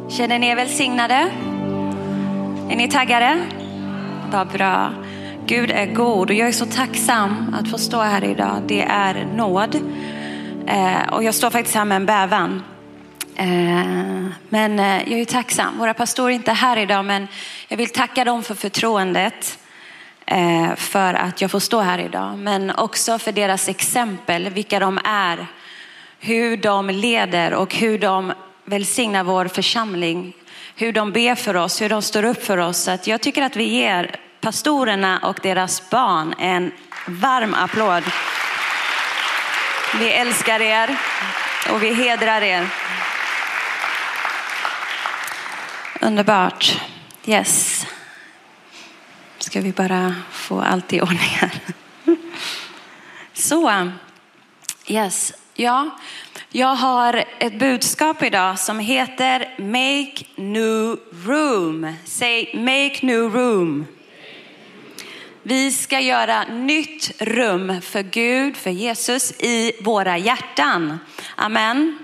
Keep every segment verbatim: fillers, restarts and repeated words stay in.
Känner ni er välsignade? Är ni taggade? Vad bra. Gud är god och jag är så tacksam att få stå här idag. Det är nåd. Eh, och jag står faktiskt här med en bävan. Eh, men eh, jag är tacksam. Våra pastorer är inte här idag, men jag vill tacka dem för förtroendet. Eh, för att jag får stå här idag. Men också för deras exempel, vilka de är. Hur de leder och hur de välsignar vår församling. Hur de ber för oss, hur de står upp för oss. Så att jag tycker att vi ger pastorerna och deras barn en varm applåd. Vi älskar er och vi hedrar er. Underbart. Yes. Ska vi bara få allt i ordning här. Så. Yes. Ja. Jag har ett budskap idag som heter Make New Room. Säg Make New Room. Vi ska göra nytt rum för Gud, för Jesus i våra hjärtan. Amen.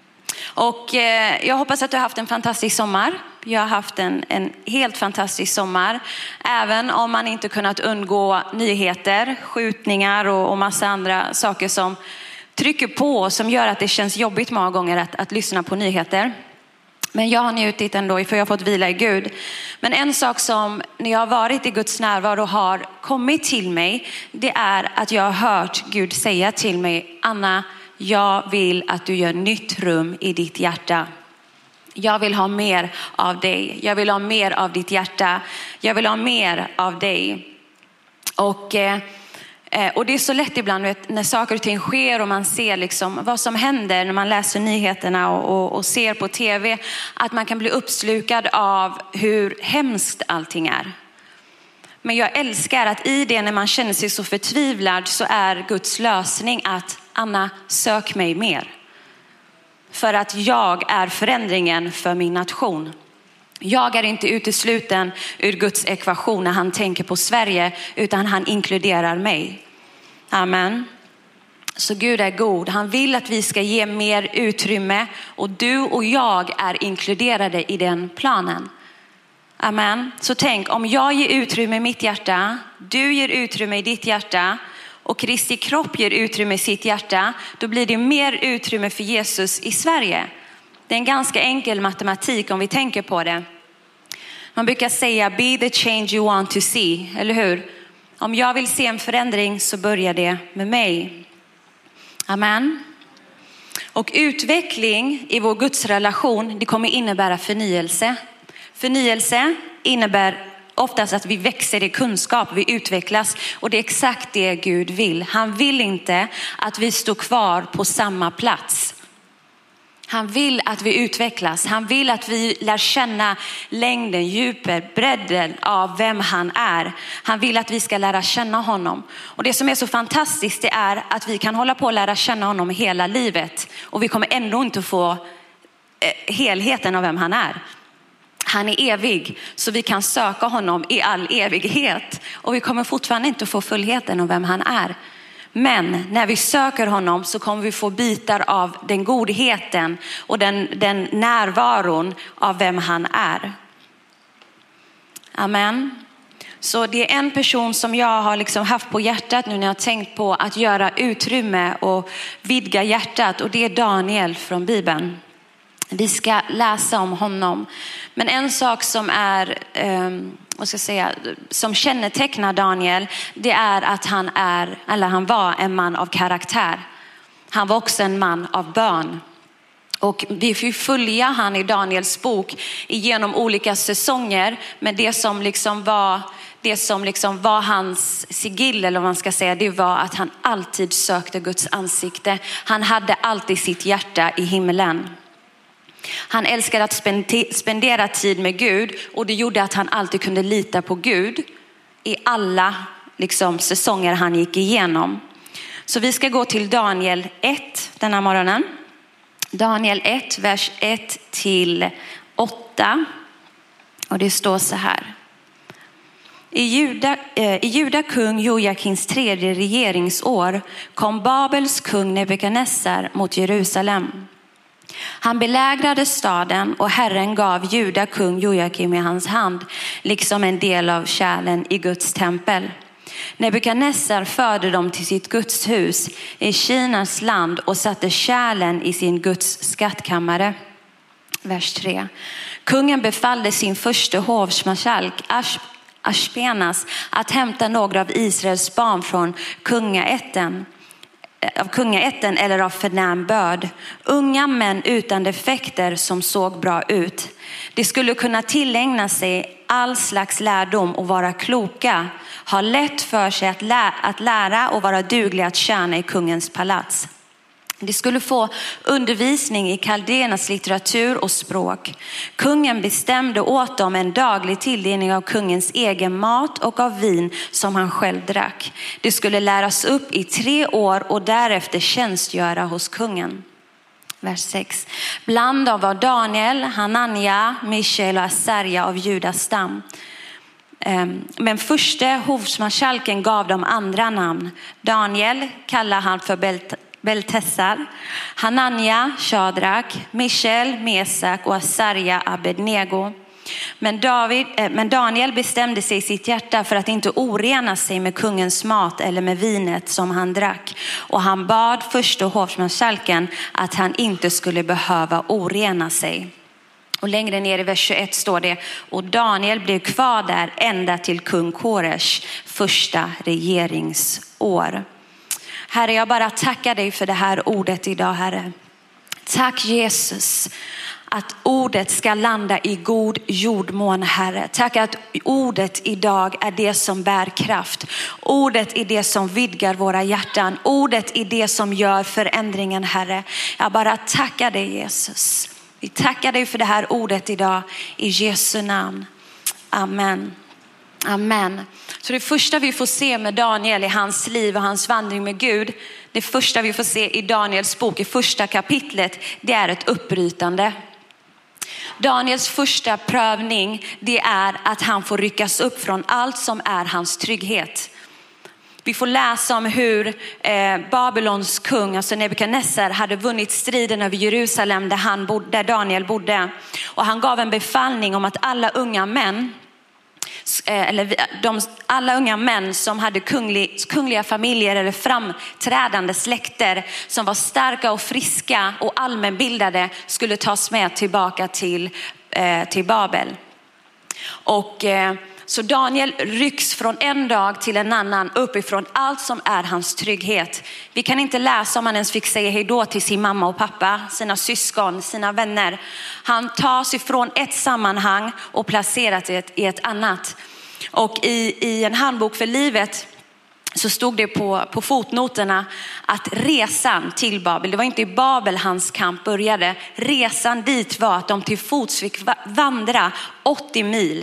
Och eh, jag hoppas att du har haft en fantastisk sommar. Jag har haft en, en helt fantastisk sommar. Även om man inte kunnat undgå nyheter, skjutningar och, och massa andra saker som trycker på, som gör att det känns jobbigt många gånger att, att lyssna på nyheter. Men jag har njutit ändå, för jag har fått vila i Gud. Men en sak som när jag har varit i Guds närvaro har kommit till mig, det är att jag har hört Gud säga till mig: Anna, jag vill att du gör nytt rum i ditt hjärta. Jag vill ha mer av dig. Jag vill ha mer av ditt hjärta. Jag vill ha mer av dig. Och... Eh, Och det är så lätt ibland, vet, när saker och ting sker och man ser liksom vad som händer när man läser nyheterna och, och, och ser på tv, att man kan bli uppslukad av hur hemskt allting är. Men jag älskar att i det, när man känner sig så förtvivlad, så är Guds lösning att Anna, sök mig mer. För att jag är förändringen för min nation. Jag är inte utesluten ur Guds ekvation när han tänker på Sverige, utan han inkluderar mig. Amen. Så Gud är god. Han vill att vi ska ge mer utrymme, och du och jag är inkluderade i den planen. Amen. Så tänk, om jag ger utrymme i mitt hjärta, du ger utrymme i ditt hjärta och Kristi kropp ger utrymme i sitt hjärta, då blir det mer utrymme för Jesus i Sverige. Det är en ganska enkel matematik om vi tänker på det. Man brukar säga be the change you want to see, eller hur? Om jag vill se en förändring så börjar det med mig. Amen. Och utveckling i vår Guds relation, det kommer innebära förnyelse. Förnyelse innebär oftast att vi växer i kunskap, vi utvecklas, och det är exakt det Gud vill. Han vill inte att vi står kvar på samma plats. Han vill att vi utvecklas. Han vill att vi lär känna längden, djupet, bredden av vem han är. Han vill att vi ska lära känna honom. Och det som är så fantastiskt, det är att vi kan hålla på att lära känna honom hela livet. Och vi kommer ändå inte få eh, helheten av vem han är. Han är evig, så vi kan söka honom i all evighet. Och vi kommer fortfarande inte få fullheten av vem han är. Men när vi söker honom så kommer vi få bitar av den godheten och den, den närvaron av vem han är. Amen. Så det är en person som jag har liksom haft på hjärtat nu när jag har tänkt på att göra utrymme och vidga hjärtat. Och det är Daniel från Bibeln. Vi ska läsa om honom. Men en sak som är... Um, vad ska jag säga, som kännetecknar Daniel, det är att han är, eller han var en man av karaktär. Han var också en man av bön. Och vi får följa han i Daniels bok genom olika säsonger, men det som liksom var det som liksom var hans sigill, eller vad man ska säga, det var att han alltid sökte Guds ansikte. Han hade alltid sitt hjärta i himlen. Han älskade att spendera tid med Gud, och det gjorde att han alltid kunde lita på Gud i alla liksom, säsonger han gick igenom. Så vi ska gå till Daniel ett den här morgonen. Daniel ett, vers ett till åtta. Och det står så här. I Juda, eh, i Juda kung Jojakins tredje regeringsår kom Babels kung Nebukadnessar mot Jerusalem. Han belägrade staden och Herren gav Juda kung Jojakim i hans hand, liksom en del av kärlen i Guds tempel. Nebukadnessar förde dem till sitt gudshus i Kinas land och satte kärlen i sin Guds skattkammare. Vers tre. Kungen befallde sin första hovmarskalk Aspenas att hämta några av Israels barn från kungaätten, av kungaätten eller av förnäm börd. Unga män utan defekter som såg bra ut. De skulle kunna tillägna sig all slags lärdom och vara kloka. Ha lätt för sig att, lä- att lära och vara dugliga att tjäna i kungens palats. De skulle få undervisning i kaldéernas litteratur och språk. Kungen bestämde åt dem en daglig tilldelning av kungens egen mat och av vin som han själv drack. De skulle läras upp i tre år och därefter tjänstgöra hos kungen. Vers sex. Bland dem var Daniel, Hanania, Mishael och Asarja av Judas stam. Men första hovmarskalken gav dem andra namn. Daniel kallar han för Belt Beltesar, Hanania, Shadrak, Mishael, Mesak och Asarja, Abednego. Men, David, eh, men Daniel bestämde sig i sitt hjärta för att inte orena sig med kungens mat eller med vinet som han drack. Och han bad första hovmarskalken att han inte skulle behöva orena sig. Och längre ner i vers tjugoett står det: och Daniel blev kvar där ända till kung Koresh första regeringsår. Herre, jag bara tackar dig för det här ordet idag, Herre. Tack Jesus att ordet ska landa i god jordmån, Herre. Tack att ordet idag är det som bär kraft. Ordet är det som vidgar våra hjärtan. Ordet är det som gör förändringen, Herre. Jag bara tackar dig Jesus. Vi tackar dig för det här ordet idag i Jesu namn. Amen. Amen. Så det första vi får se med Daniel i hans liv och hans vandring med Gud, det första vi får se i Daniels bok i första kapitlet, det är ett uppbrytande. Daniels första prövning, det är att han får ryckas upp från allt som är hans trygghet. Vi får läsa om hur eh, Babylons kung, alltså Nebukadnessar, hade vunnit striden över Jerusalem där, han bod, där Daniel bodde. Och han gav en befallning om att alla unga män, eller de, alla unga män som hade kunglig, kungliga familjer eller framträdande släkter som var starka och friska och allmänbildade skulle tas med tillbaka till, eh, till Babel. Och eh, så Daniel rycks från en dag till en annan uppifrån allt som är hans trygghet. Vi kan inte läsa om han ens fick säga hej då till sin mamma och pappa, sina syskon, sina vänner. Han tas ifrån ett sammanhang och placerat i ett, i ett annat. Och i, i en handbok för livet så stod det på, på fotnoterna att resan till Babel, det var inte i Babel hans kamp började. Resan dit var att de till fots fick vandra åttio mil.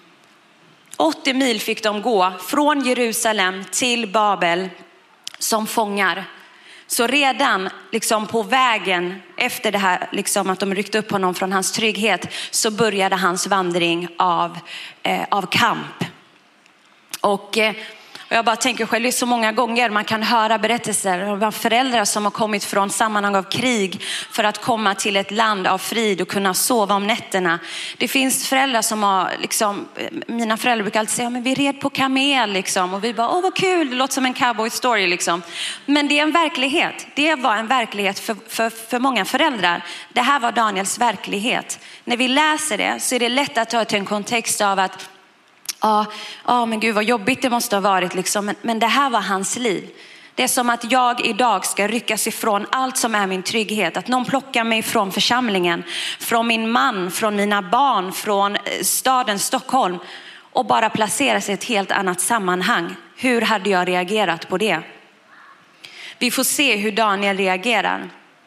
åttio mil fick de gå från Jerusalem till Babel som fångar. Så redan liksom på vägen efter det här, liksom att de ryckte upp honom från hans trygghet, så började hans vandring av, eh, av kamp. Och eh, Och jag bara tänker själv, det är så många gånger man kan höra berättelser om föräldrar som har kommit från sammanhang av krig för att komma till ett land av frid och kunna sova om nätterna. Det finns föräldrar som har, liksom, mina föräldrar brukar alltid säga, ja, men vi red på kamel liksom. Och vi bara, åh vad kul, det låter som en cowboy story liksom. Men det är en verklighet, det var en verklighet för, för, för många föräldrar. Det här var Daniels verklighet. När vi läser det så är det lätt att ta till en kontext av att Ja, ja, men gud vad jobbigt det måste ha varit liksom. Men, men det här var hans liv. Det är som att jag idag ska ryckas ifrån allt som är min trygghet. Att någon plockar mig från församlingen, från min man, från mina barn, från staden Stockholm och bara placera sig i ett helt annat sammanhang. Hur hade jag reagerat på det? Vi får se hur Daniel reagerar.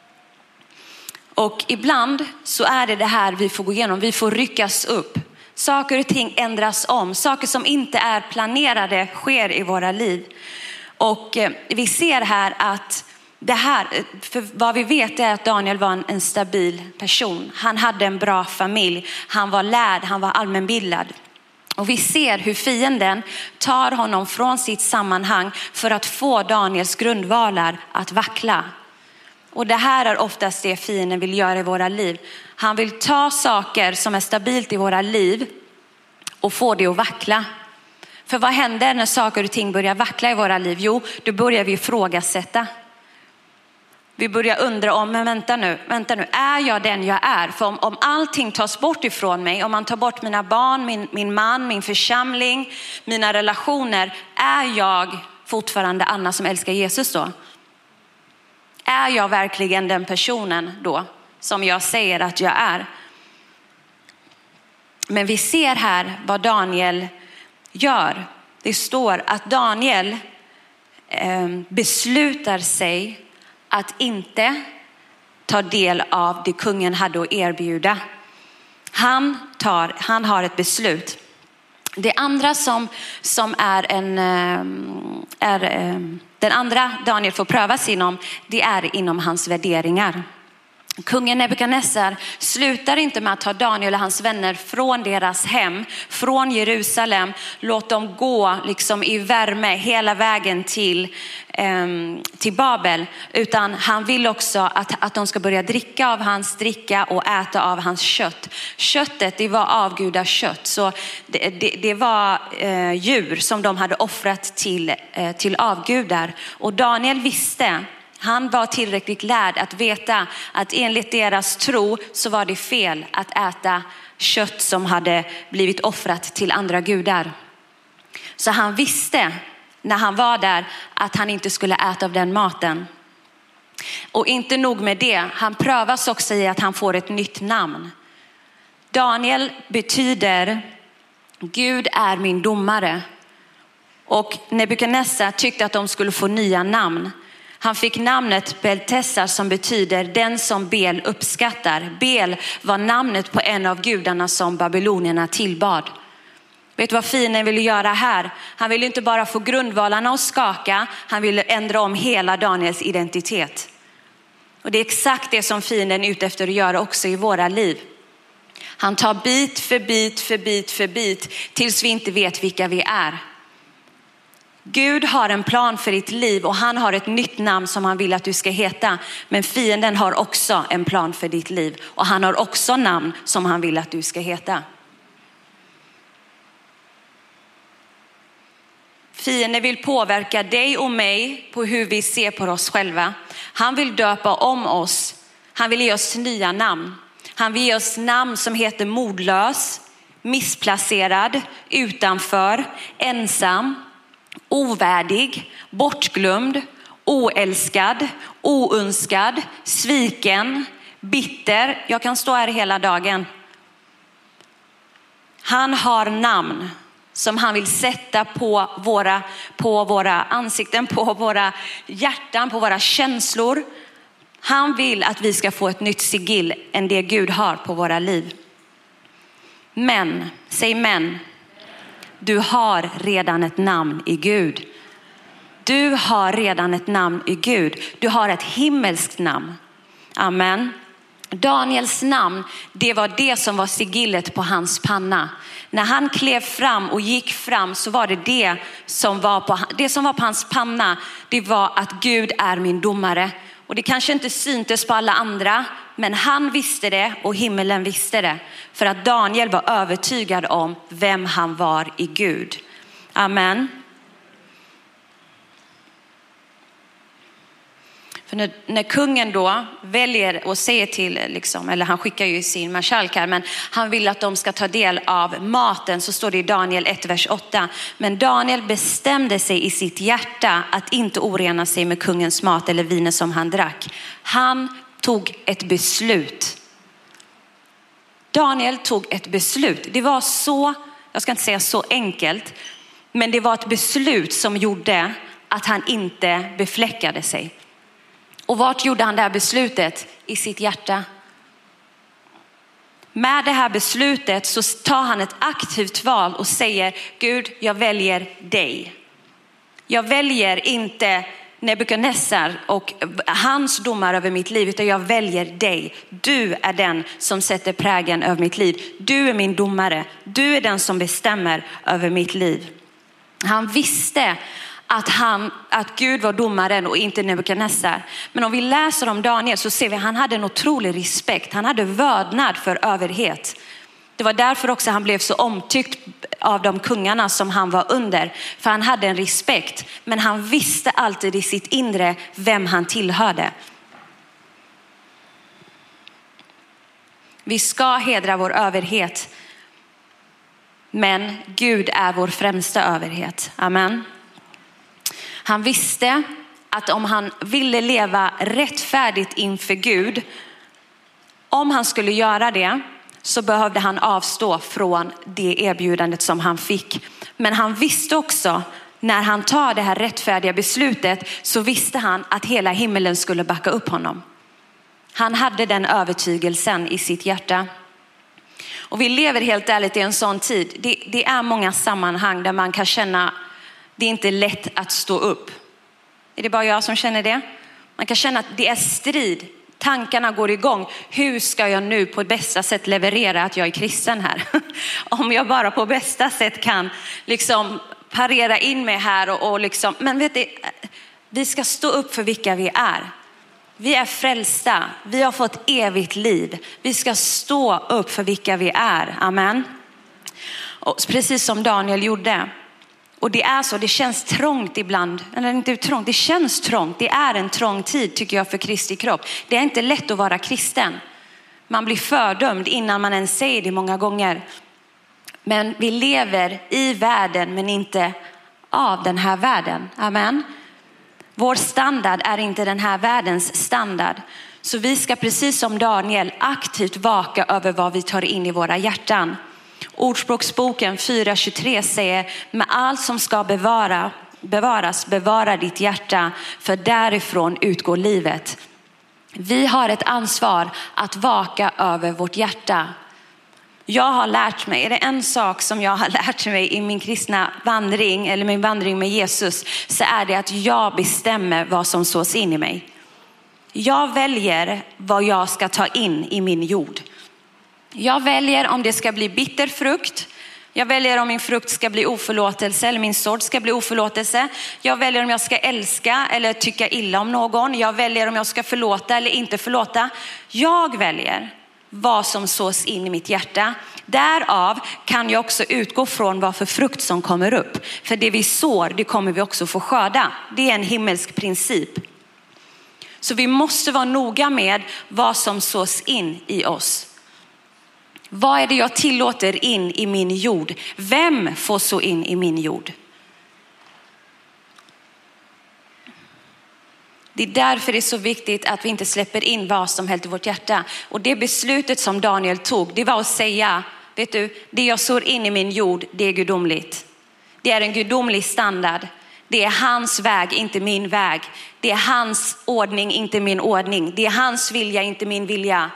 Och ibland så är det det här vi får gå igenom. Vi får ryckas upp. Saker och ting ändras om. Saker som inte är planerade sker i våra liv. Och vi ser här att det här, för vad vi vet är att Daniel var en, en stabil person. Han hade en bra familj. Han var lärd, han var allmänbildad. Och vi ser hur fienden tar honom från sitt sammanhang för att få Daniels grundvalar att vackla. Och det här är oftast det fienden vill göra i våra liv. Han vill ta saker som är stabilt i våra liv och få det att vackla. För vad händer när saker och ting börjar vackla i våra liv? Jo, då börjar vi ifrågasätta. Vi börjar undra om, men vänta nu, vänta nu, är jag den jag är? För om, om allting tas bort ifrån mig, om man tar bort mina barn, min, min man, min församling, mina relationer, är jag fortfarande Anna som älskar Jesus då? Är jag verkligen den personen då som jag säger att jag är? Men vi ser här vad Daniel gör. Det står att Daniel eh, beslutar sig att inte ta del av det kungen hade att erbjuda. Han, tar, han har ett beslut. Det andra som, som är en... Är, den andra Daniel får prövas inom, det är inom hans värderingar. Kungen Nebukadnessar slutar inte med att ta Daniel och hans vänner från deras hem, från Jerusalem. Låt dem gå liksom i värme hela vägen till, eh, till Babel. Utan han vill också att, att de ska börja dricka av hans dricka och äta av hans kött. Köttet, det var avgudars kött. Så det, det, det var eh, djur som de hade offrat till, eh, till avgudar. Och Daniel visste, han var tillräckligt lärd att veta att enligt deras tro så var det fel att äta kött som hade blivit offrat till andra gudar. Så han visste när han var där att han inte skulle äta av den maten. Och inte nog med det, han prövas också i att han får ett nytt namn. Daniel betyder Gud är min domare. Och Nebukadnessar tyckte att de skulle få nya namn. Han fick namnet Beltesar som betyder den som Bel uppskattar. Bel var namnet på en av gudarna som babylonierna tillbad. Vet du vad fienden ville göra här? Han ville inte bara få grundvalarna att skaka. Han ville ändra om hela Daniels identitet. Och det är exakt det som fienden är ute efter att göra också i våra liv. Han tar bit för bit för bit för bit tills vi inte vet vilka vi är. Gud har en plan för ditt liv och han har ett nytt namn som han vill att du ska heta. Men fienden har också en plan för ditt liv och han har också namn som han vill att du ska heta. Fienden vill påverka dig och mig på hur vi ser på oss själva. Han vill döpa om oss. Han vill ge oss nya namn. Han vill ge oss namn som heter modlös, missplacerad, utanför, ensam, ovärdig, bortglömd, oälskad, oönskad, sviken, bitter. Jag kan stå här hela dagen. Han har namn som han vill sätta på våra, på våra ansikten, på våra hjärtan, på våra känslor. Han vill att vi ska få ett nytt sigill än det Gud har på våra liv. Men, säg men. Du har redan ett namn i Gud. Du har redan ett namn i Gud. Du har ett himmelskt namn. Amen. Daniels namn, det var det som var sigillet på hans panna. När han klev fram och gick fram så var det det som var på, det som var på hans panna. Det var att Gud är min domare. Och det kanske inte syntes på alla andra, men han visste det och himmelen visste det. För att Daniel var övertygad om vem han var i Gud. Amen. För när, när kungen då väljer och säger till, liksom, eller han skickar ju sin marskalk här, men han vill att de ska ta del av maten, så står det i Daniel ett, vers åtta. Men Daniel bestämde sig i sitt hjärta att inte orena sig med kungens mat eller vinet som han drack. Han tog ett beslut. Daniel tog ett beslut. Det var så, jag ska inte säga så enkelt, men det var ett beslut som gjorde att han inte befläckade sig. Och vart gjorde han det här beslutet? I sitt hjärta. Med det här beslutet så tar han ett aktivt val och säger: Gud, jag väljer dig. Jag väljer inte Nebukadnessar och hans domar över mitt liv, utan jag väljer dig. Du är den som sätter prägen över mitt liv. Du är min domare. Du är den som bestämmer över mitt liv. Han visste att, han, att Gud var domaren och inte Nebukadnessar. Men om vi läser om Daniel så ser vi att han hade en otrolig respekt. Han hade vördnad för överhet. Det var därför också han blev så omtyckt av de kungarna som han var under. För han hade en respekt, men han visste alltid i sitt inre vem han tillhörde. Vi ska hedra vår överhet, men Gud är vår främsta överhet. Amen. Han visste att om han ville leva rättfärdigt inför Gud, om han skulle göra det, så behövde han avstå från det erbjudandet som han fick. Men han visste också, när han tar det här rättfärdiga beslutet, så visste han att hela himmelen skulle backa upp honom. Han hade den övertygelsen i sitt hjärta. Och vi lever helt ärligt i en sån tid. Det, det är många sammanhang där man kan känna det är inte lätt att stå upp. Är det bara jag som känner det? Man kan känna att det är strid. Tankarna går igång. Hur ska jag nu på bästa sätt leverera att jag är kristen här? Om jag bara på bästa sätt kan liksom parera in mig här och, och liksom. Men vet du, vi ska stå upp för vilka vi är. Vi är frälsta. Vi har fått evigt liv. Vi ska stå upp för vilka vi är. Amen. Och precis som Daniel gjorde. Och det är så, det känns trångt ibland. Eller inte trångt, det känns trångt. Det är en trång tid tycker jag för Kristi kropp. Det är inte lätt att vara kristen. Man blir fördömd innan man ens säger det många gånger. Men vi lever i världen men inte av den här världen. Amen. Vår standard är inte den här världens standard. Så vi ska precis som Daniel aktivt vaka över vad vi tar in i våra hjärtan. Ordspråksboken fyra tjugotre säger: med allt som ska bevara, bevaras, bevara ditt hjärta, för därifrån utgår livet. Vi har ett ansvar att vaka över vårt hjärta. Jag har lärt mig, är det en sak som jag har lärt mig i min kristna vandring eller min vandring med Jesus, så är det att jag bestämmer vad som sås in i mig. Jag väljer vad jag ska ta in i min jord. Jag väljer om det ska bli bitter frukt. Jag väljer om min frukt ska bli oförlåtelse eller min sådd ska bli oförlåtelse. Jag väljer om jag ska älska eller tycka illa om någon. Jag väljer om jag ska förlåta eller inte förlåta. Jag väljer vad som sås in i mitt hjärta. Därav kan jag också utgå från vad för frukt som kommer upp. För det vi sår, det kommer vi också få skörda. Det är en himmelsk princip. Så vi måste vara noga med vad som sås in i oss. Vad är det jag tillåter in i min jord? Vem får så in i min jord? Det är därför det är så viktigt att vi inte släpper in vad som helst i vårt hjärta. Och det beslutet som Daniel tog, det var att säga, vet du, det jag sår in i min jord, det är gudomligt. Det är en gudomlig standard. Det är hans väg, inte min väg. Det är hans ordning, inte min ordning. Det är hans vilja, inte min vilja.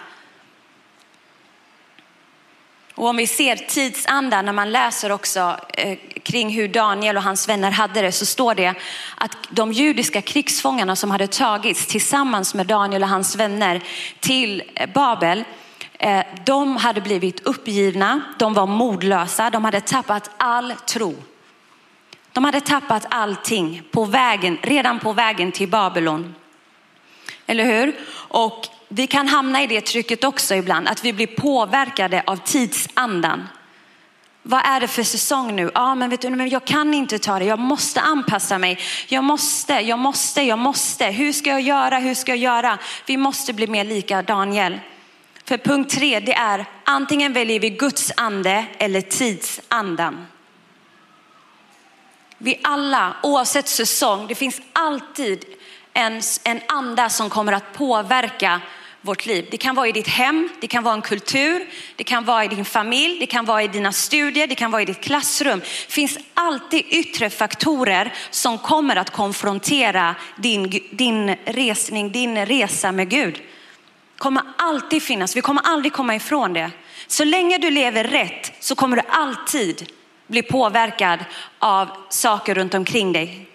Och om vi ser tidsandan när man läser också eh, kring hur Daniel och hans vänner hade det, så står det att de judiska krigsfångarna som hade tagits tillsammans med Daniel och hans vänner till Babel, eh, de hade blivit uppgivna, de var modlösa, de hade tappat all tro. De hade tappat allting på vägen, redan på vägen till Babylon. Eller hur? Och vi kan hamna i det trycket också ibland, att vi blir påverkade av tidsandan. Vad är det för säsong nu? Ja, men vet du, men jag kan inte ta det. Jag måste anpassa mig. Jag måste, jag måste, jag måste. Hur ska jag göra? Hur ska jag göra? Vi måste bli mer lika Daniel. För punkt tre, det är antingen väljer vi Guds ande eller tidsandan. Vi alla, oavsett säsong, det finns alltid en, en anda som kommer att påverka vårt liv. Det kan vara i ditt hem, det kan vara en kultur, det kan vara i din familj, det kan vara i dina studier, det kan vara i ditt klassrum. Det finns alltid yttre faktorer som kommer att konfrontera din, din resning, din resa med Gud. Kommer alltid finnas, vi kommer aldrig komma ifrån det. Så länge du lever rätt så kommer du alltid bli påverkad av saker runt omkring dig.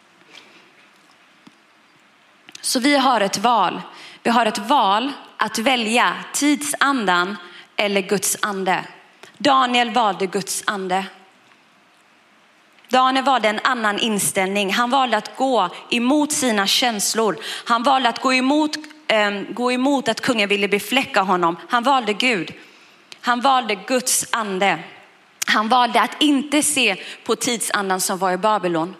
Så vi har ett val. Vi har ett val att välja tidsandan eller Guds ande. Daniel valde Guds ande. Daniel valde en annan inställning. Han valde att gå emot sina känslor. Han valde att gå emot, eh, gå emot att kungen ville befläcka honom. Han valde Gud. Han valde Guds ande. Han valde att inte se på tidsandan som var i Babylon.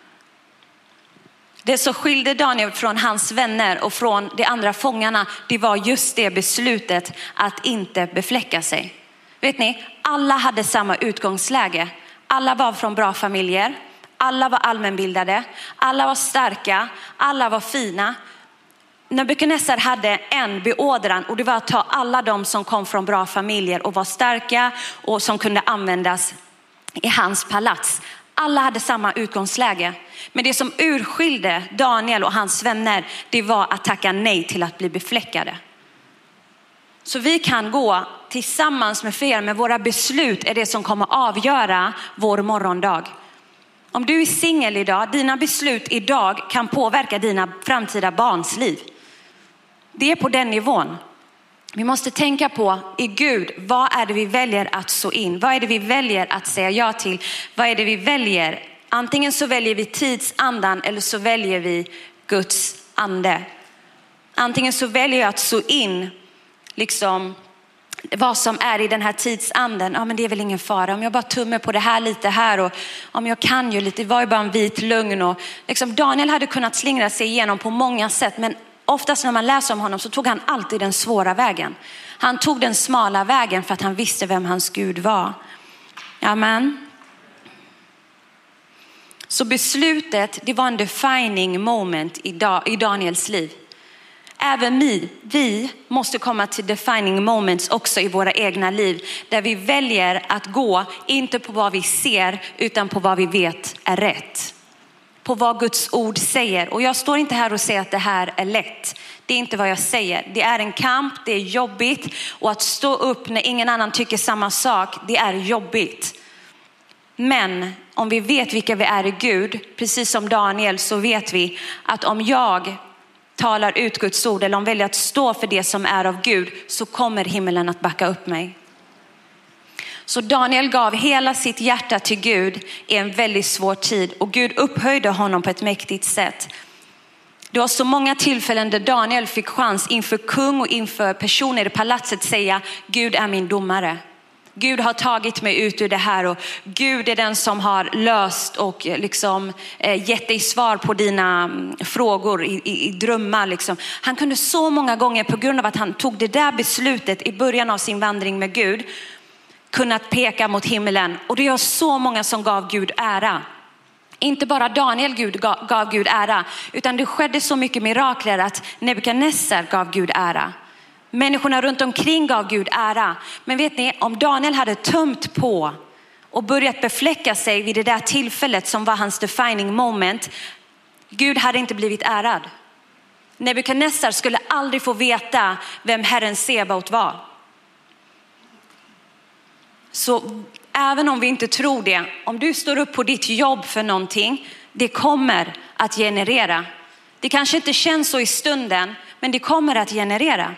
Det som skilde Daniel från hans vänner och från de andra fångarna, det var just det beslutet att inte befläcka sig. Vet ni, alla hade samma utgångsläge. Alla var från bra familjer. Alla var allmänbildade. Alla var starka. Alla var fina. Nebukadnessar hade en beordran, och det var att ta alla de som kom från bra familjer och var starka och som kunde användas i hans palats. Alla hade samma utgångsläge. Men det som urskilde Daniel och hans vänner, det var att tacka nej till att bli befläckade. Så vi kan gå tillsammans med fler, men våra beslut är det som kommer avgöra vår morgondag. Om du är singel idag, dina beslut idag kan påverka dina framtida barns liv. Det är på den nivån. Vi måste tänka på i Gud, vad är det vi väljer att så in? Vad är det vi väljer att säga ja till? Vad är det vi väljer? Antingen så väljer vi tidsandan eller så väljer vi Guds ande. Antingen så väljer jag att så in liksom vad som är i den här tidsanden. Ja, men det är väl ingen fara. Om jag bara tummar på det här lite här, och om jag kan ju lite, det var ju bara en vit lugn. Och liksom Daniel hade kunnat slingra sig igenom på många sätt, men oftast när man läser om honom så tog han alltid den svåra vägen. Han tog den smala vägen för att han visste vem hans Gud var. Amen. Så beslutet, det var en defining moment i, da, i Daniels liv. Även vi, vi måste komma till defining moments också i våra egna liv. Där vi väljer att gå, inte på vad vi ser, utan på vad vi vet är rätt. På vad Guds ord säger. Och jag står inte här och säger att det här är lätt. Det är inte vad jag säger. Det är en kamp, det är jobbigt. Och att stå upp när ingen annan tycker samma sak, det är jobbigt. Men om vi vet vilka vi är i Gud, precis som Daniel, så vet vi att om jag talar ut Guds ord, eller om jag väljer att stå för det som är av Gud, så kommer himmelen att backa upp mig. Så Daniel gav hela sitt hjärta till Gud i en väldigt svår tid, och Gud upphöjde honom på ett mäktigt sätt. Det var så många tillfällen där Daniel fick chans inför kung och inför personer i palatset säga: Gud är min domare. Gud har tagit mig ut ur det här, och Gud är den som har löst och liksom eh, gett dig svar på dina frågor i, i, i drömmar. Liksom. Han kunde så många gånger, på grund av att han tog det där beslutet i början av sin vandring med Gud, kunnat peka mot himlen. Och det är så många som gav Gud ära. Inte bara Daniel Gud gav, gav Gud ära, utan det skedde så mycket mirakler att Nebukadnessar gav Gud ära. Människorna runt omkring gav Gud ära. Men vet ni, om Daniel hade tömt på och börjat befläcka sig vid det där tillfället som var hans defining moment, Gud hade inte blivit ärad. Nebukadnessar skulle aldrig få veta vem Herren Sebaot var. Så även om vi inte tror det, om du står upp på ditt jobb för någonting, det kommer att generera. Det kanske inte känns så i stunden, men det kommer att generera.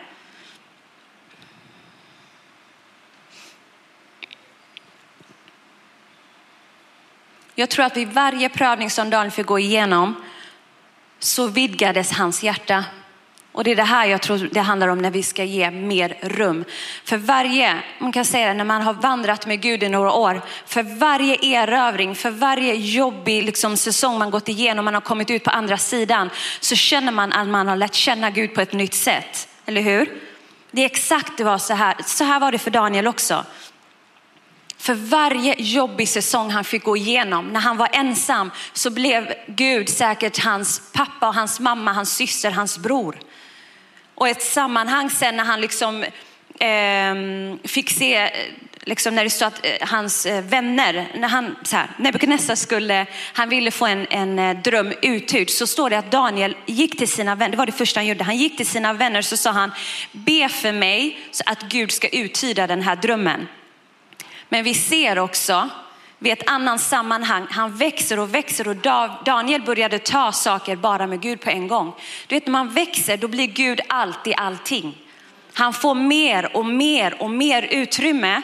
Jag tror att vid varje prövning som Daniel fick gå igenom så vidgades hans hjärta. Och det är det här jag tror det handlar om när vi ska ge mer rum. För varje, man kan säga när man har vandrat med Gud i några år, för varje erövring, för varje jobbig liksom, säsong man gått igenom, man har kommit ut på andra sidan, så känner man att man har lärt känna Gud på ett nytt sätt. Eller hur? Det är exakt det var så här. Så här var det för Daniel också. För varje jobbig säsong han fick gå igenom, när han var ensam, så blev Gud säkert hans pappa och hans mamma, hans syster, hans bror. Och ett sammanhang sen när han liksom eh, fick se, liksom när det stod att eh, hans vänner, när han så här, Nebukadnessar skulle, han ville få en, en dröm uthyrd, så står det att Daniel gick till sina vänner, det var det första han gjorde, han gick till sina vänner, så sa han: be för mig så att Gud ska uttyda den här drömmen. Men vi ser också vid ett annat sammanhang, han växer och växer, och Daniel började ta saker bara med Gud på en gång. Du vet, när man växer, då blir Gud alltid allting. Han får mer och mer och mer utrymme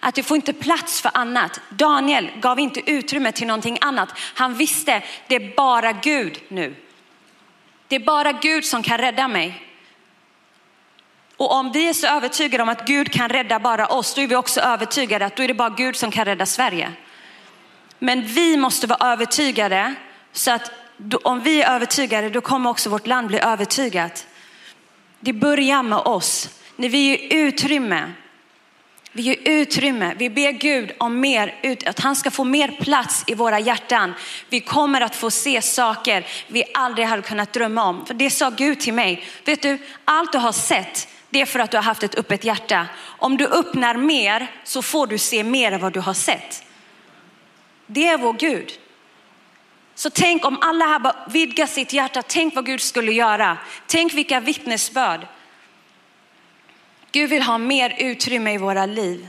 Att det får inte plats för annat. Daniel gav inte utrymme till någonting annat. Han visste, det är bara Gud nu. Det är bara Gud som kan rädda mig. Och om vi är så övertygade om att Gud kan rädda bara oss, då är vi också övertygade att då är det bara Gud som kan rädda Sverige. Men vi måste vara övertygade, så att då, om vi är övertygade, då kommer också vårt land bli övertygat. Det börjar med oss. När vi ger utrymme, vi ger utrymme, vi ber Gud om mer, att han ska få mer plats i våra hjärtan. Vi kommer att få se saker vi aldrig hade kunnat drömma om. För det sa Gud till mig. Vet du, allt du har sett, det är för att du har haft ett öppet hjärta. Om du öppnar mer så får du se mer än vad du har sett. Det är vår Gud. Så tänk om alla här bara vidgar sitt hjärta. Tänk vad Gud skulle göra. Tänk vilka vittnesbörd. Gud vill ha mer utrymme i våra liv.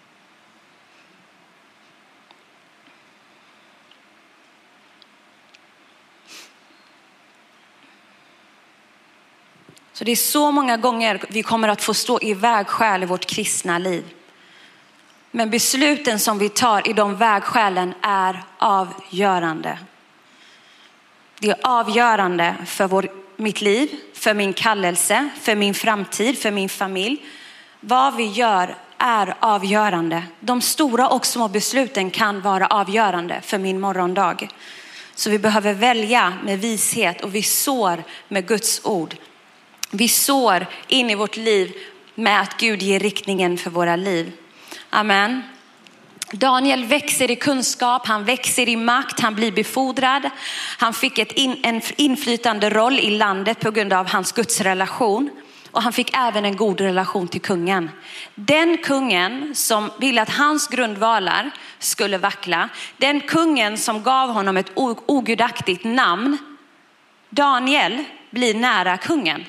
Så det är så många gånger vi kommer att få stå i vägskäl i vårt kristna liv. Men besluten som vi tar i de vägskälen är avgörande. Det är avgörande för vår, mitt liv, för min kallelse, för min framtid, för min familj. Vad vi gör är avgörande. De stora och små besluten kan vara avgörande för min morgondag. Så vi behöver välja med vishet, och vi sår med Guds ord. Vi sår in i vårt liv med att Gud ger riktningen för våra liv. Amen. Daniel växer i kunskap, han växer i makt, han blir befordrad. Han fick ett in, en inflytande roll i landet på grund av hans Guds relation. Och han fick även en god relation till kungen. Den kungen som ville att hans grundvalar skulle vackla. Den kungen som gav honom ett ogudaktigt namn. Daniel blir nära kungen.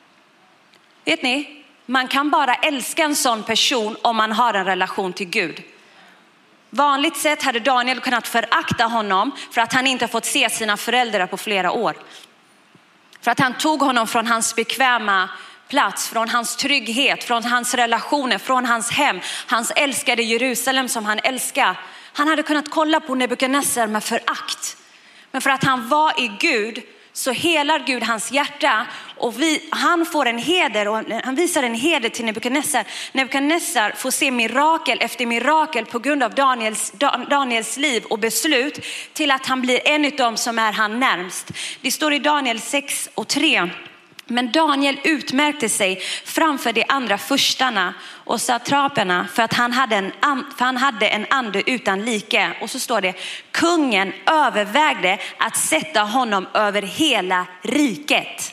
Vet ni? Man kan bara älska en sån person om man har en relation till Gud. Vanligt sett hade Daniel kunnat förakta honom för att han inte fått se sina föräldrar på flera år. För att han tog honom från hans bekväma plats, från hans trygghet, från hans relationer, från hans hem, hans älskade Jerusalem som han älskar. Han hade kunnat kolla på Nebukadnessar med förakt. Men för att han var i Gud så helar Gud hans hjärta, och vi, han får en heder, och han visar en heder till Nebukadnessar. Nebukadnessar får se mirakel efter mirakel på grund av Daniels, Daniels liv och beslut, till att han blir en av dem som är han närmst. Det står i Daniel sex och tre. Men Daniel utmärkte sig framför de andra förstarna och satraperna för att han hade en, för han hade en ande utan like. Och så står det, kungen övervägde att sätta honom över hela riket.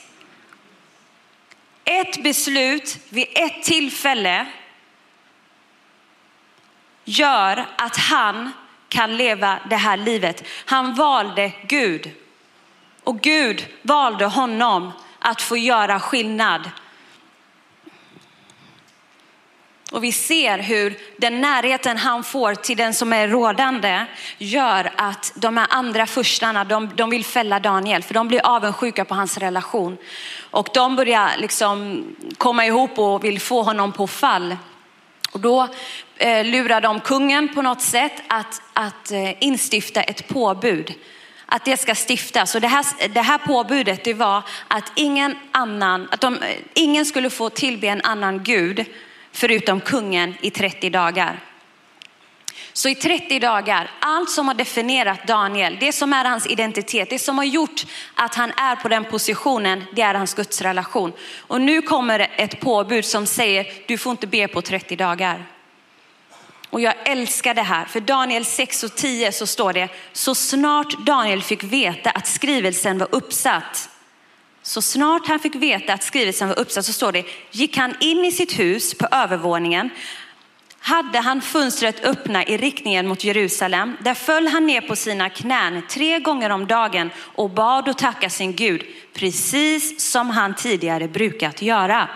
Ett beslut vid ett tillfälle gör att han kan leva det här livet. Han valde Gud, och Gud valde honom att få göra skillnad. Och vi ser hur den närheten han får till den som är rådande gör att de här andra förstarna, de, de vill fälla Daniel, för de blir avundsjuka på hans relation. Och de börjar liksom komma ihop och vill få honom på fall. Och då eh, lurar de kungen på något sätt att, att eh, instifta ett påbud. Att det ska stiftas. Och det här, det här påbudet, det var att ingen annan, att de, ingen skulle få tillbe en annan gud förutom kungen i trettio dagar. Så i trettio dagar, allt som har definierat Daniel, det som är hans identitet, det som har gjort att han är på den positionen, det är hans Guds relation. Och nu kommer ett påbud som säger, du får inte be på trettio dagar. Och jag älskar det här, för Daniel sex och tio så står det, så snart Daniel fick veta att skrivelsen var uppsatt, så snart han fick veta att skrivelsen var uppsatt, så står det, gick han in i sitt hus på övervåningen, hade han fönstret öppna i riktningen mot Jerusalem. Där föll han ner på sina knän tre gånger om dagen och bad och tackade sin Gud, precis som han tidigare brukat göra.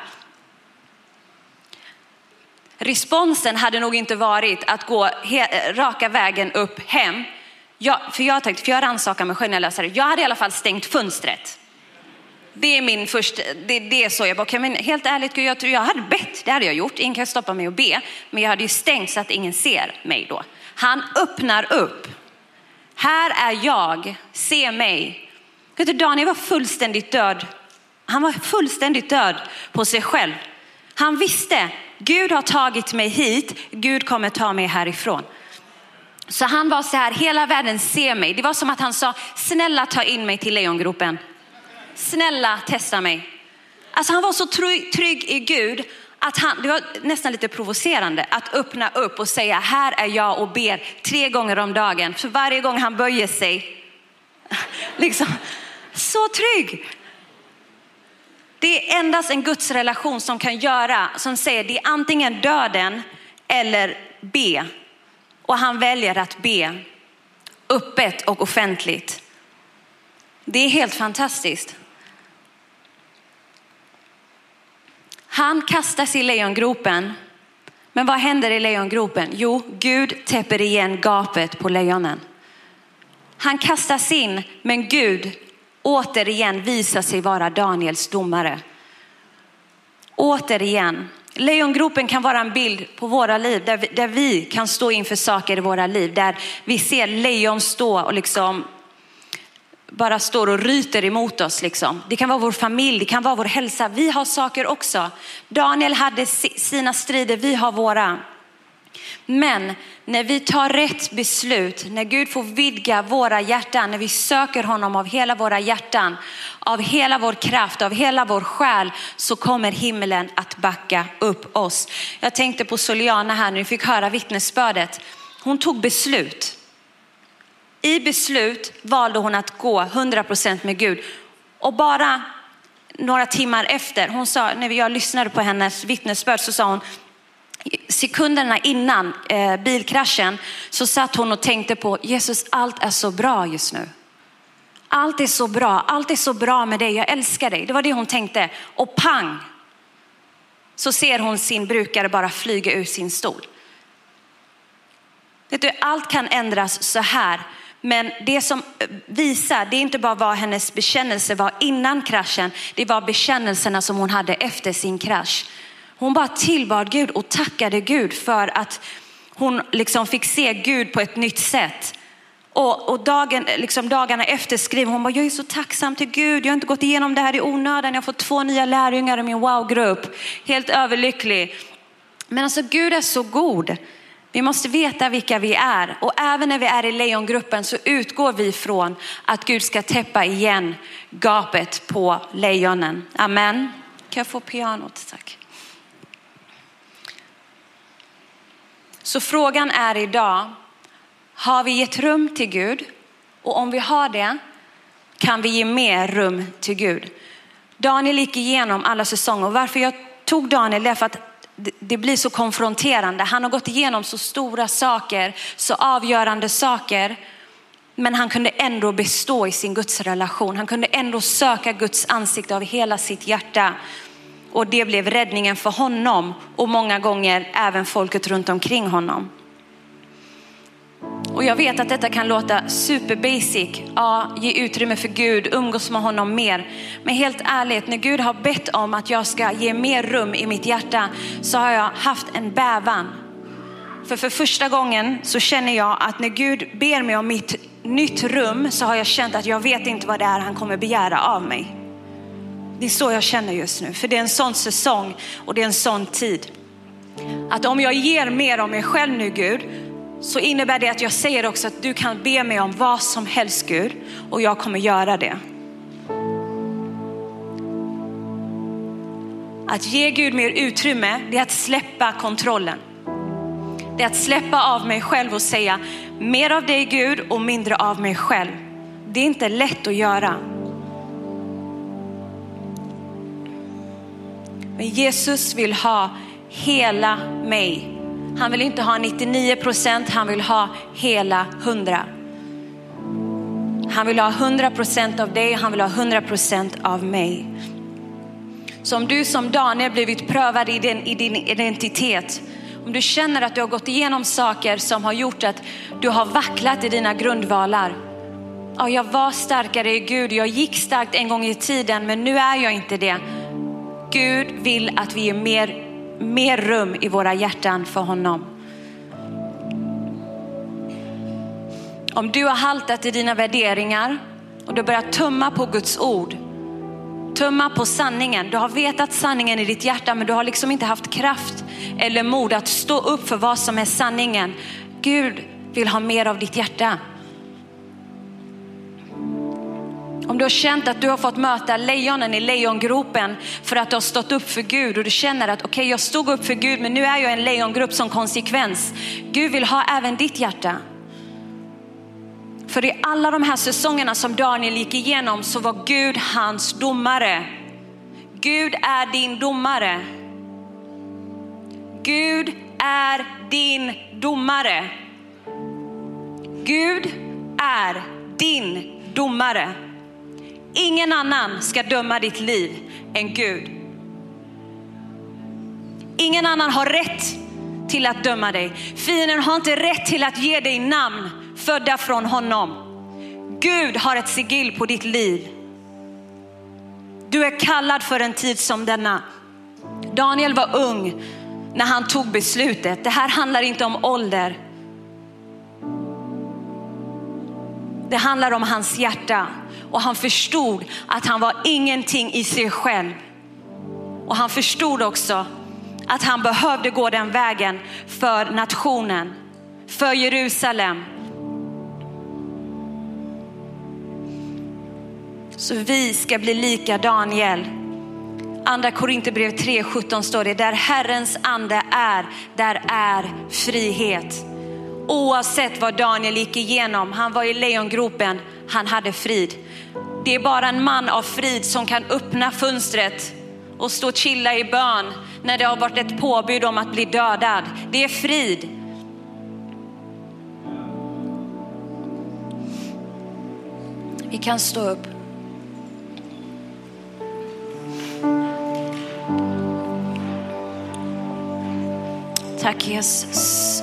Responsen hade nog inte varit att gå he- raka vägen upp hem. Jag, för jag tänkte, för jag rannsakar mig själv när jag läser det. Jag hade i alla fall stängt fönstret. Det är min första, det, det är så jag bara, okay, men helt ärligt, jag tror jag hade bett, det hade jag gjort. Ingen kan stoppa mig och be, men jag hade ju stängt så att ingen ser mig då. Han öppnar upp. Här är jag, se mig. Vet du, Daniel var fullständigt död. Han var fullständigt död på sig själv. Han visste, Gud har tagit mig hit, Gud kommer ta mig härifrån. Så han var så här, hela världen ser mig. Det var som att han sa, snälla ta in mig till lejongropen. Snälla testa mig. Alltså han var så trygg, trygg i Gud att han, det var nästan lite provocerande att öppna upp och säga, här är jag och ber tre gånger om dagen. För varje gång han böjer sig, liksom, så trygg. Det är endast en Guds relation som kan göra, som säger det är antingen döden eller be. Och han väljer att be öppet och offentligt. Det är helt fantastiskt. Han kastas i lejongropen. Men vad händer i lejongropen? Jo, Gud täpper igen gapet på lejonen. Han kastas in, men Gud återigen visar sig vara Daniels domare. Återigen. Lejongropen kan vara en bild på våra liv där vi, där vi kan stå inför saker i våra liv. Där vi ser lejon stå och liksom bara står och ryter emot oss. Liksom. Det kan vara vår familj, det kan vara vår hälsa. Vi har saker också. Daniel hade sina strider, vi har våra. Men när vi tar rätt beslut, när Gud får vidga våra hjärtan, när vi söker honom av hela våra hjärtan, av hela vår kraft, av hela vår själ, så kommer himlen att backa upp oss. Jag tänkte på Soliana här när vi fick höra vittnesbördet. Hon tog beslut. I beslut valde hon att gå hundra procent med Gud. Och bara några timmar efter, hon sa, när jag lyssnade på hennes vittnesbörd, så sa hon, sekunderna innan eh, bilkraschen så satt hon och tänkte på, Jesus, allt är så bra just nu. Allt är så bra, allt är så bra med dig, jag älskar dig. Det var det hon tänkte. Och pang, så ser hon sin brukare bara flyga ur sin stol. Vet du, allt kan ändras så här. Men det som visar, det är inte bara vad hennes bekännelse var innan kraschen. Det var bekännelserna som hon hade efter sin krasch. Hon bara tillbad Gud och tackade Gud för att hon liksom fick se Gud på ett nytt sätt. Och, och dagen, liksom dagarna efter skriver hon bara, jag är så tacksam till Gud. Jag har inte gått igenom det här i onödan. Jag har fått två nya lärjungar i min wow-grupp. Helt överlycklig. Men alltså Gud är så god. Vi måste veta vilka vi är. Och även när vi är i lejongruppen så utgår vi från att Gud ska täppa igen gapet på lejonen. Amen. Kan jag få pianot, tack. Så frågan är idag, har vi gett rum till Gud? Och om vi har det, kan vi ge mer rum till Gud? Daniel gick igenom alla säsonger. Varför jag tog Daniel är för att det blir så konfronterande. Han har gått igenom så stora saker, så avgörande saker. Men han kunde ändå bestå i sin Guds relation. Han kunde ändå söka Guds ansikte av hela sitt hjärta. Och det blev räddningen för honom och många gånger även folket runt omkring honom. Och jag vet att detta kan låta super basic. Ja, ge utrymme för Gud, umgås med honom mer. Men helt ärligt, när Gud har bett om att jag ska ge mer rum i mitt hjärta, så har jag haft en bävan. För för första gången så känner jag att när Gud ber mig om mitt nytt rum, så har jag känt att jag vet inte vad det är han kommer begära av mig. Det är så jag känner just nu. För det är en sån säsong och det är en sån tid. Att om jag ger mer om mig själv nu, Gud, så innebär det att jag säger också att du kan be mig om vad som helst, Gud. Och jag kommer göra det. Att ge Gud mer utrymme, det är att släppa kontrollen. Det är att släppa av mig själv och säga mer av dig, Gud, och mindre av mig själv. Det är inte lätt att göra. Men Jesus vill ha hela mig. Han vill inte ha nittionio procent, han vill ha hela hundra. Han vill ha hundra procent av dig, han vill ha hundra procent av mig. Så om du som Daniel blivit prövad i din, i din identitet, om du känner att du har gått igenom saker som har gjort att du har vacklat i dina grundvalar, Ja, jag var starkare i Gud. Jag gick starkt en gång i tiden, men nu är jag inte det. Gud vill att vi ger mer, mer rum i våra hjärtan för honom. Om du har haltat i dina värderingar och du börjar tumma på Guds ord, tumma på sanningen. Du har vetat sanningen i ditt hjärta, men du har liksom inte haft kraft eller mod att stå upp för vad som är sanningen. Gud vill ha mer av ditt hjärta. Om du har känt att du har fått möta lejonen i lejongropen för att du har stått upp för Gud och du känner att okej, okay, jag stod upp för Gud, men nu är jag en lejongrupp som konsekvens. Gud vill ha även ditt hjärta. För i alla de här säsongerna som Daniel gick igenom så var Gud hans domare. Gud är din domare. Gud är din domare. Gud är din domare. Ingen annan ska döma ditt liv än Gud. Ingen annan har rätt till att döma dig. Fienden har inte rätt till att ge dig namn födda från honom. Gud har ett sigill på ditt liv. Du är kallad för en tid som denna. Daniel var ung när han tog beslutet. Det här handlar inte om ålder. Det handlar om hans hjärta. Och han förstod att han var ingenting i sig själv. Och han förstod också att han behövde gå den vägen för nationen, för Jerusalem. Så vi ska bli lika Daniel. Andra Korinthierbrev tre sjutton står det: där Herrens ande är, där är frihet. Oavsett vad Daniel gick igenom, han var i lejongropen, han hade frid. Det är bara en man av frid som kan öppna fönstret och stå och chilla i bön när det har varit ett påbud om att bli dödad. Det är frid. Vi kan stå upp. Tack Jesus.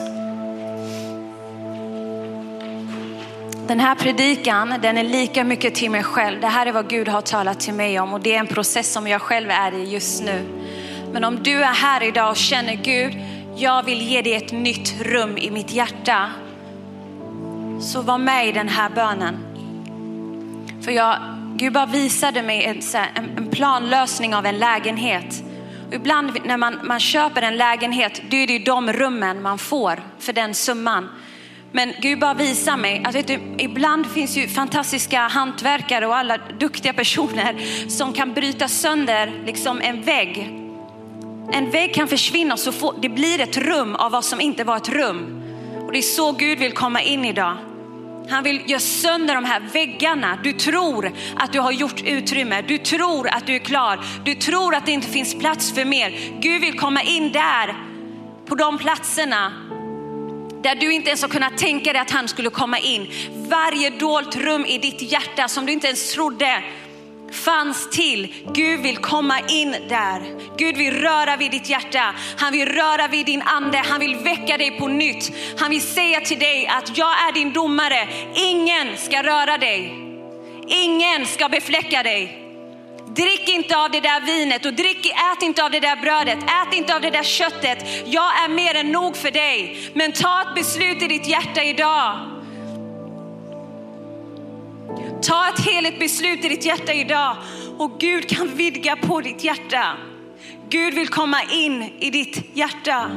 Den här predikan, den är lika mycket till mig själv. Det här är vad Gud har talat till mig om och det är en process som jag själv är i just nu. Men om du är här idag och känner Gud, jag vill ge dig ett nytt rum i mitt hjärta, så var med i den här bönen. För jag, Gud bara visade mig en, en planlösning av en lägenhet. Och ibland när man, man köper en lägenhet, då är det de rummen man får för den summan. Men Gud bara visar mig att vet du, ibland finns ju fantastiska hantverkare och alla duktiga personer som kan bryta sönder liksom en vägg. En vägg kan försvinna så får, det blir ett rum av vad som inte var ett rum. Och det är så Gud vill komma in idag. Han vill göra sönder de här väggarna. Du tror att du har gjort utrymme. Du tror att du är klar. Du tror att det inte finns plats för mer. Gud vill komma in där på de platserna där du inte ens har kunnat tänka dig att han skulle komma in. Varje dolt rum i ditt hjärta som du inte ens trodde fanns till. Gud vill komma in där. Gud vill röra vid ditt hjärta. Han vill röra vid din ande. Han vill väcka dig på nytt. Han vill säga till dig att jag är din domare. Ingen ska röra dig. Ingen ska befläcka dig. Drick inte av det där vinet och drick, ät inte av det där brödet. Ät inte av det där köttet. Jag är mer än nog för dig. Men ta ett beslut i ditt hjärta idag. Ta ett heligt beslut i ditt hjärta idag. Och Gud kan vidga på ditt hjärta. Gud vill komma in i ditt hjärta.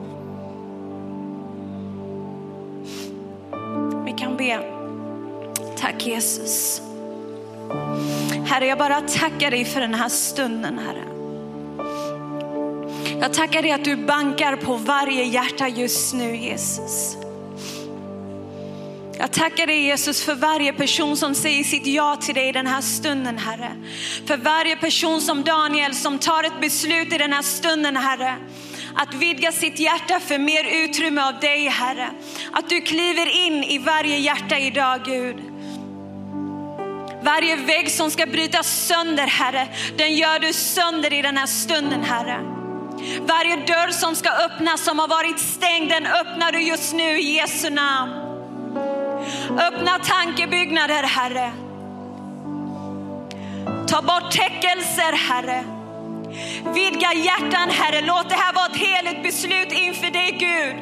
Vi kan be. Tack Jesus. Herre, jag bara tackar dig för den här stunden, Herre. Jag tackar dig att du bankar på varje hjärta just nu, Jesus. Jag tackar dig, Jesus, för varje person som säger sitt ja till dig i den här stunden, Herre. För varje person som Daniel som tar ett beslut i den här stunden, Herre. Att vidga sitt hjärta för mer utrymme av dig, Herre. Att du kliver in i varje hjärta idag, Gud. Varje vägg som ska brytas sönder, Herre, den gör du sönder i den här stunden, Herre. Varje dörr som ska öppnas som har varit stängd, den öppnar du just nu i Jesu namn. Öppna tankebyggnader, Herre. Ta bort täckelser, Herre. Vidga hjärtan, Herre. Låt det här vara ett heligt beslut inför dig, Gud.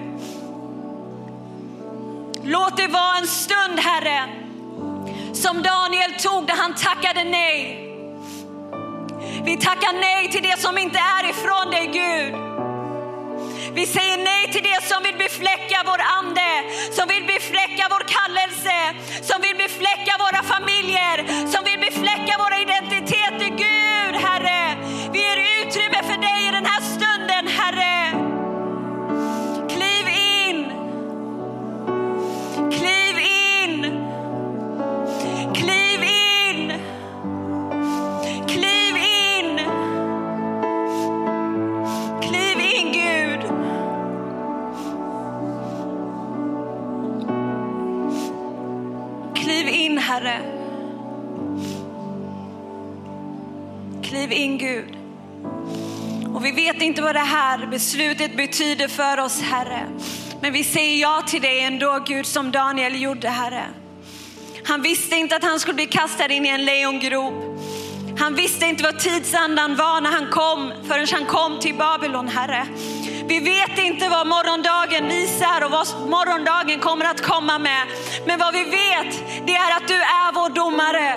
Låt det vara en stund, Herre, som Daniel tog där han tackade nej. Vi tackar nej till det som inte är ifrån dig, Gud. Vi säger nej till det som vill befläcka vår ande, som vill befläcka vår kallelse, som vill befläcka våra familjer, som vill befläcka våra identiteter, Gud, Herre. Vi ger utrymme för dig i den här stunden, Herre. Kliv in. Kliv in. Kliv in. Kliv in. Kliv in, Gud. Kliv in, Herre. Kliv in, Gud. Och vi vet inte vad det här beslutet betyder för oss, Herre. Men vi säger ja till dig ändå, Gud, som Daniel gjorde, Herre. Han visste inte att han skulle bli kastad in i en lejongrop. Han visste inte vad tidsandan var när han kom, förrän han kom till Babylon, Herre. Vi vet inte vad morgondagen visar och vad morgondagen kommer att komma med. Men vad vi vet, det är att du är vår domare.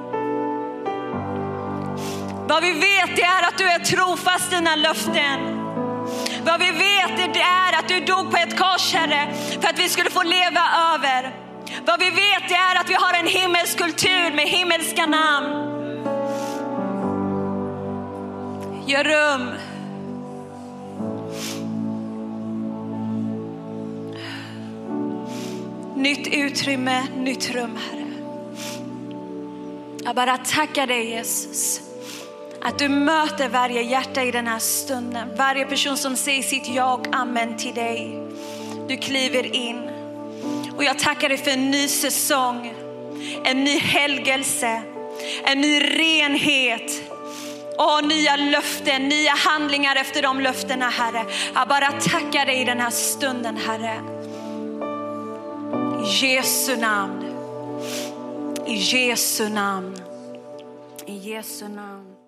Vad vi vet, det är att du är trofast dina löften. Vad vi vet, det är att du dog på ett kors, Herre, för att vi skulle få leva över. Vad vi vet, det är att vi har en himmelsk kultur med himmelska namn. Gör rum. Nytt utrymme, nytt rum, Herre. Jag bara tackar dig, Jesus, att du möter varje hjärta i den här stunden. Varje person som säger sitt ja och amen till dig. Du kliver in. Och jag tackar dig för en ny säsong. En ny helgelse. En ny renhet. Och nya löften, nya handlingar efter de löftena, Herre. Jag bara tackar dig i den här stunden, Herre. I Jesu namn. I Jesu namn. I Jesu namn.